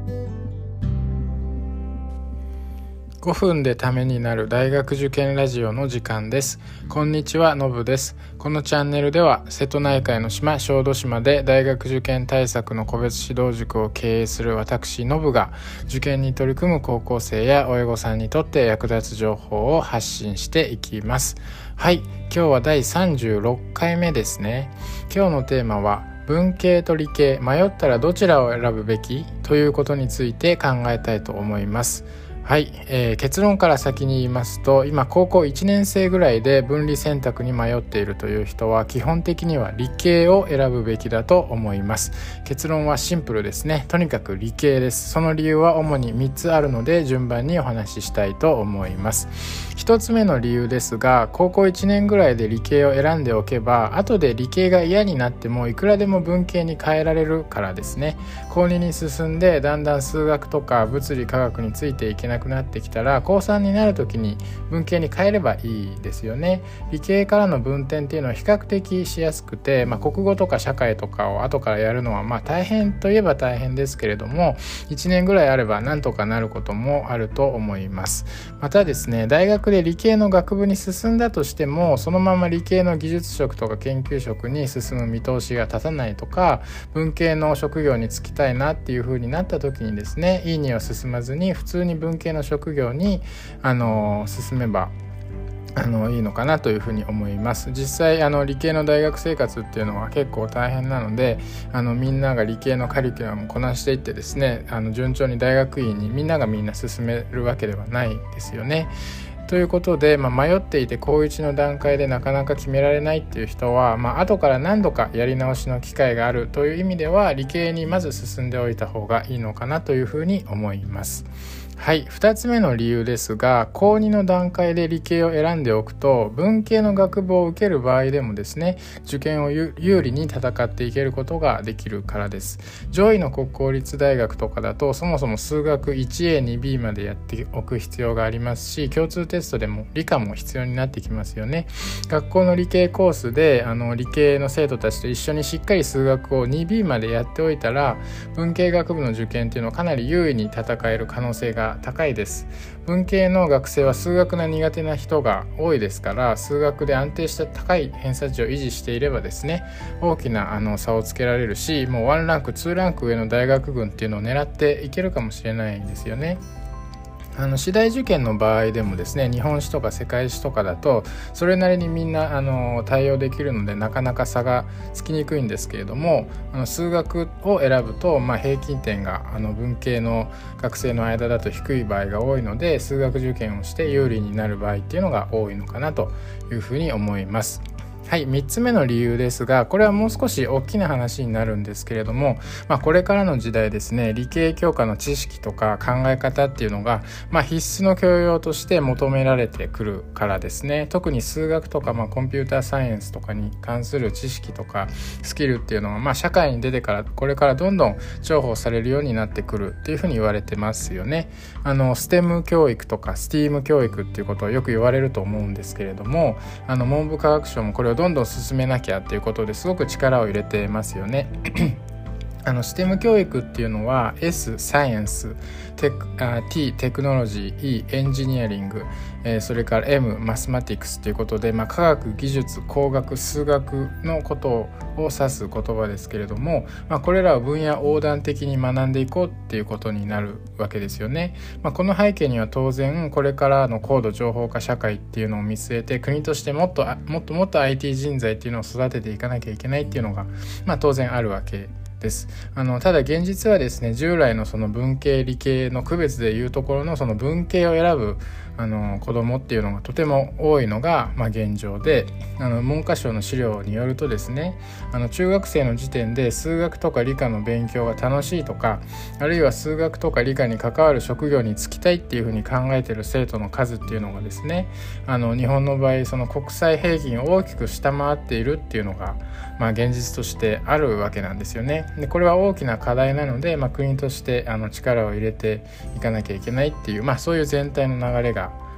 5分でためになる大学受験ラジオの時間です。こんにちは、のぶです。このチャンネルでは瀬戸内海の島、小豆島で大学受験対策の個別指導塾を経営する私のぶが受験に取り組む高校生や親御さんにとって役立つ情報を発信していきます。はい、今日は第36回目ですね。今日のテーマは文系と理系、迷ったらどちらを選ぶべきということについて考えたいと思います。はい、結論から先に言いますと、今高校1年生ぐらいで分離選択に迷っているという人は基本的には理系を選ぶべきだと思います。結論はシンプルですね。とにかく理系です。その理由は主に3つあるので順番にお話ししたいと思います。1つ目の理由ですが、高校1年ぐらいで理系を選んでおけば後で理系が嫌になってもいくらでも文系に変えられるからですね。高2に進んでだんだん数学とか物理科学についていけなくなってきたら、高3になるときに文系に変えればいいですよね。理系からの分転っていうのは比較的しやすくて、国語とか社会とかを後からやるのは大変といえば大変ですけれども、1年ぐらいあればなんとかなることもあると思います。またですね、大学で理系の学部に進んだとしても、そのまま理系の技術職とか研究職に進む見通しが立たないとか、文系の職業に就きたいなっていう風になった時にですね、いいには進まずに普通に文系の職業に進めばいいのかなというふうに思います。実際理系の大学生活っていうのは結構大変なので、みんなが理系のカリキュラムをこなしていってですね、順調に大学院にみんな進めるわけではないですよね。ということで、迷っていて高1の段階でなかなか決められないっていう人は、後から何度かやり直しの機会があるという意味では理系にまず進んでおいた方がいいのかなというふうに思います。はい、2つ目の理由ですが、高2の段階で理系を選んでおくと文系の学部を受ける場合でもですね、受験を有利に戦っていけることができるからです。上位の国公立大学とかだとそもそも数学 1A、2B までやっておく必要がありますし、共通テストでも理科も必要になってきますよね。学校の理系コースで理系の生徒たちと一緒にしっかり数学を 2B までやっておいたら、文系学部の受験っていうのはかなり優位に戦える可能性が高いです。文系の学生は数学が苦手な人が多いですから、数学で安定した高い偏差値を維持していればですね、大きな差をつけられるし、もう1ランク2ランク上の大学群っていうのを狙っていけるかもしれないですよね。私大受験の場合でもですね、日本史とか世界史とかだとそれなりにみんな対応できるのでなかなか差がつきにくいんですけれども、数学を選ぶと、平均点が文系の学生の間だと低い場合が多いので、数学受験をして有利になる場合っていうのが多いのかなというふうに思います。はい、3つ目の理由ですが、これはもう少し大きな話になるんですけれども、これからの時代ですね、理系教科の知識とか考え方っていうのが、必須の教養として求められてくるからですね。特に数学とか、コンピューターサイエンスとかに関する知識とかスキルっていうのは、社会に出てからこれからどんどん重宝されるようになってくるっていうふうに言われてますよね。STEM 教育とか STEAM 教育っていうことをよく言われると思うんですけれども、文部科学省もこれをどんどん進めなきゃっていうことですごく力を入れてますよね。STEM 教育っていうのは S サイエンス、T テクノロジー、E エンジニアリング、それから M マスマティクスということで、科学、技術、工学、数学のことを指す言葉ですけれども、これらを分野横断的に学んでいこうっていうことになるわけですよね。この背景には当然これからの高度情報化社会っていうのを見据えて、国としてもっと IT 人材っていうのを育てていかなきゃいけないっていうのが、当然あるわけです。ただ現実はですね、従来のその文系理系の区別でいうところのその文系を選ぶ子供っていうのがとても多いのが現状で、文科省の資料によるとですね、中学生の時点で数学とか理科の勉強が楽しいとか、あるいは数学とか理科に関わる職業に就きたいっていうふうに考えている生徒の数っていうのがですね、日本の場合その国際平均を大きく下回っているっていうのが現実としてあるわけなんですよね。でこれは大きな課題なので、国として力を入れていかなきゃいけないっていう、そういう全体の流れが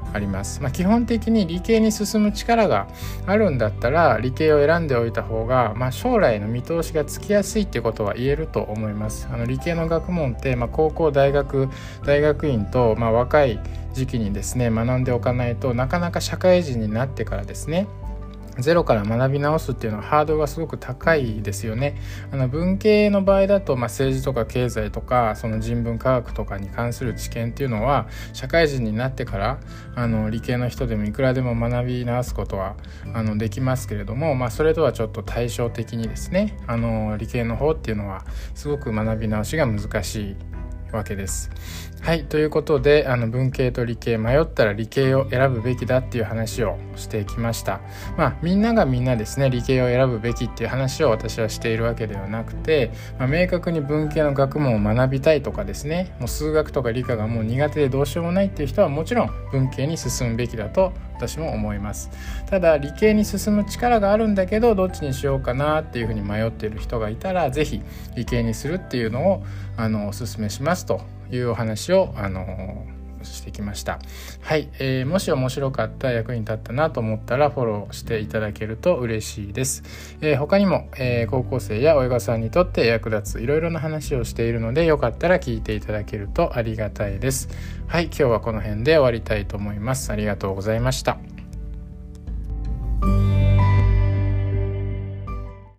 あります。基本的に理系に進む力があるんだったら理系を選んでおいた方が、将来の見通しがつきやすいってことは言えると思います。理系の学問って、高校大学院と、若い時期にですね学んでおかないとなかなか社会人になってからですねゼロから学び直すっていうのはハードルがすごく高いですよね。文系の場合だと、政治とか経済とかその人文科学とかに関する知見っていうのは社会人になってから理系の人でもいくらでも学び直すことはできますけれども、それとはちょっと対照的にですね理系の方っていうのはすごく学び直しが難しいわけです。はい、ということで文系と理系迷ったら理系を選ぶべきだっていう話をしてきました。みんながみんなですね理系を選ぶべきっていう話を私はしているわけではなくて、明確に文系の学問を学びたいとかですねもう数学とか理科がもう苦手でどうしようもないっていう人はもちろん文系に進むべきだと私も思います。ただ理系に進む力があるんだけどどっちにしようかなっていうふうに迷っている人がいたらぜひ理系にするっていうのをお勧めしますというお話をしてきました。はい、もし面白かった役に立ったなと思ったらフォローしていただけると嬉しいです。他にも、高校生や親御さんにとって役立ついろいろな話をしているのでよかったら聞いていただけるとありがたいです。はい、今日はこの辺で終わりたいと思います。ありがとうございました。